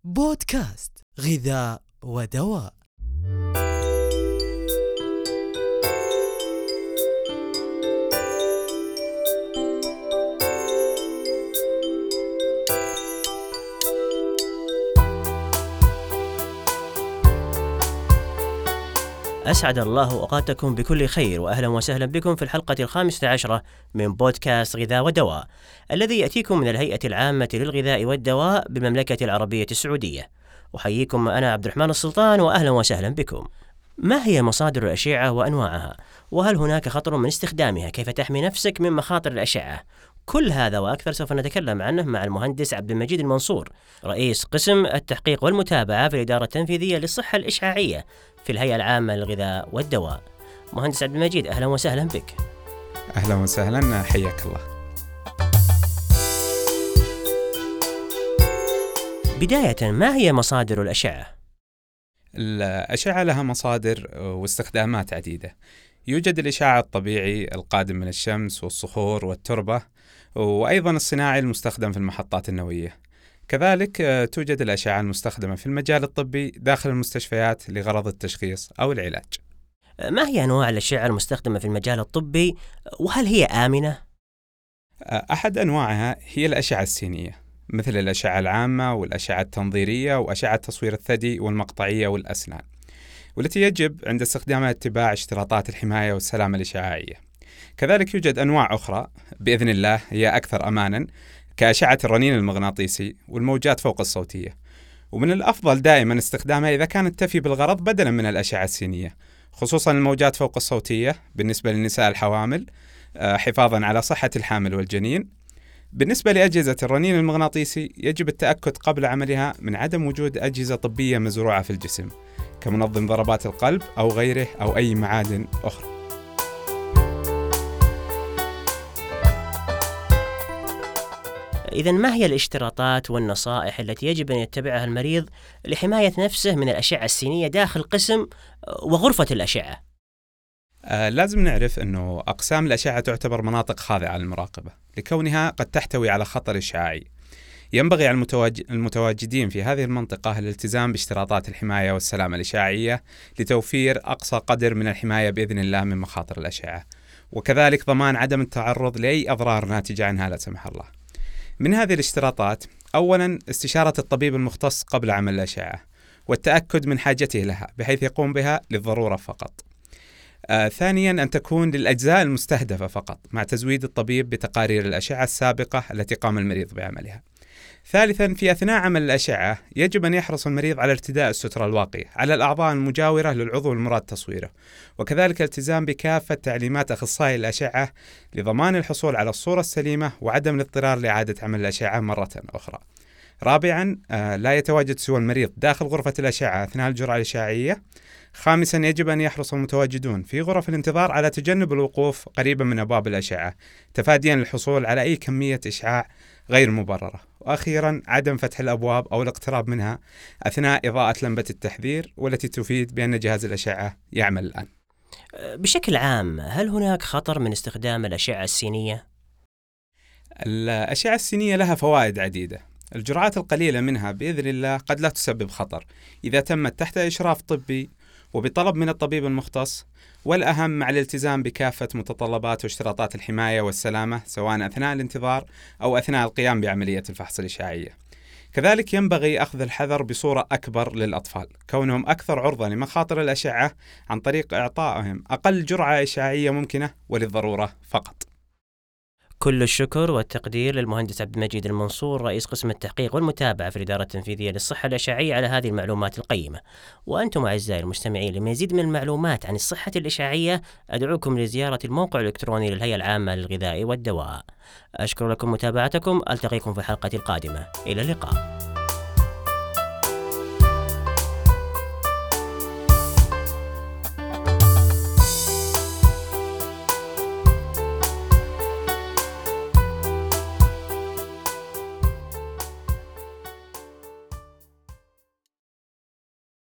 بودكاست غذاء ودواء. أسعد الله أوقاتكم بكل خير، وأهلا وسهلا بكم في الحلقة 15 من بودكاست غذاء ودواء، الذي يأتيكم من الهيئة العامة للغذاء والدواء بالمملكة العربية السعودية. أحييكم أنا عبد الرحمن السلطان، وأهلا وسهلا بكم. ما هي مصادر الأشعة وأنواعها؟ وهل هناك خطر من استخدامها؟ كيف تحمي نفسك من مخاطر الأشعة؟ كل هذا وأكثر سوف نتكلم عنه مع المهندس عبد المجيد المنصور، رئيس قسم التحقيق والمتابعة في الإدارة التنفيذية للصحة الإشعاعية في الهيئة العامة للغذاء والدواء. مهندس عبد المجيد، أهلا وسهلا بك. أهلا وسهلا، حياك الله. بداية، ما هي مصادر الأشعة؟ الأشعة لها مصادر واستخدامات عديدة. يوجد الإشعاع الطبيعي القادم من الشمس والصخور والتربة، وأيضا الصناعي المستخدم في المحطات النووية. كذلك توجد الأشعة المستخدمة في المجال الطبي داخل المستشفيات لغرض التشخيص أو العلاج. ما هي أنواع الأشعة المستخدمة في المجال الطبي، وهل هي آمنة؟ أحد أنواعها هي الأشعة السينية، مثل الأشعة العامة والأشعة التنظيرية وأشعة تصوير الثدي والمقطعية والأسنان، والتي يجب عند استخدامها اتباع اشتراطات الحماية والسلامة الإشعاعية. كذلك يوجد أنواع أخرى بإذن الله هي أكثر أماناً، كأشعة الرنين المغناطيسي والموجات فوق الصوتية، ومن الأفضل دائما استخدامها إذا كانت تفي بالغرض بدلا من الأشعة السينية، خصوصا الموجات فوق الصوتية بالنسبة للنساء الحوامل حفاظا على صحة الحامل والجنين. بالنسبة لأجهزة الرنين المغناطيسي يجب التأكد قبل عملها من عدم وجود أجهزة طبية مزروعة في الجسم كمنظم ضربات القلب أو غيره أو أي معادن أخرى. إذن ما هي الاشتراطات والنصائح التي يجب أن يتبعها المريض لحماية نفسه من الأشعة السينية داخل قسم وغرفة الأشعة؟ لازم نعرف أنه أقسام الأشعة تعتبر مناطق خاضعة للمراقبة لكونها قد تحتوي على خطر إشعاعي. ينبغي على المتواجدين في هذه المنطقة الالتزام باشتراطات الحماية والسلامة الإشعاعية لتوفير أقصى قدر من الحماية بإذن الله من مخاطر الأشعة، وكذلك ضمان عدم التعرض لأي أضرار ناتجة عنها لا سمح الله. من هذه الاشتراطات: أولا، استشارة الطبيب المختص قبل عمل الأشعة والتأكد من حاجته لها بحيث يقوم بها للضرورة فقط. ثانيا، أن تكون للأجزاء المستهدفة فقط مع تزويد الطبيب بتقارير الأشعة السابقة التي قام المريض بعملها. ثالثا، في أثناء عمل الأشعة يجب أن يحرص المريض على ارتداء السترة الواقية على الأعضاء المجاورة للعضو المراد تصويره، وكذلك الالتزام بكافة تعليمات أخصائي الأشعة لضمان الحصول على الصورة السليمة وعدم الاضطرار لإعادة عمل الأشعة مرة أخرى. رابعا، لا يتواجد سوى المريض داخل غرفة الأشعة أثناء الجرعة الإشعاعية. خامسا، يجب أن يحرص المتواجدون في غرف الانتظار على تجنب الوقوف قريبا من أبواب الأشعة تفاديا الحصول على أي كمية إشعاع غير مبررة. وأخيرا، عدم فتح الأبواب أو الاقتراب منها أثناء إضاءة لمبة التحذير والتي تفيد بأن جهاز الأشعة يعمل الآن. بشكل عام، هل هناك خطر من استخدام الأشعة السينية؟ الأشعة السينية لها فوائد عديدة. الجرعات القليلة منها بإذن الله قد لا تسبب خطر إذا تمت تحت إشراف طبي وبطلب من الطبيب المختص، والأهم مع الالتزام بكافة متطلبات واشتراطات الحماية والسلامة سواء أثناء الانتظار أو أثناء القيام بعملية الفحص الإشعاعية. كذلك ينبغي أخذ الحذر بصورة أكبر للأطفال كونهم أكثر عرضة لمخاطر الأشعة عن طريق إعطائهم أقل جرعة إشعاعية ممكنة وللضرورة فقط. كل الشكر والتقدير للمهندس عبد المجيد المنصور، رئيس قسم التحقيق والمتابعة في الإدارة التنفيذية للصحة الإشعاعية، على هذه المعلومات القيمة. وأنتم أعزائي المستمعين، لمزيد من المعلومات عن الصحة الإشعاعية أدعوكم لزيارة الموقع الإلكتروني للهيئة العامة للغذاء والدواء. أشكر لكم متابعتكم، ألتقيكم في الحلقة القادمة. إلى اللقاء.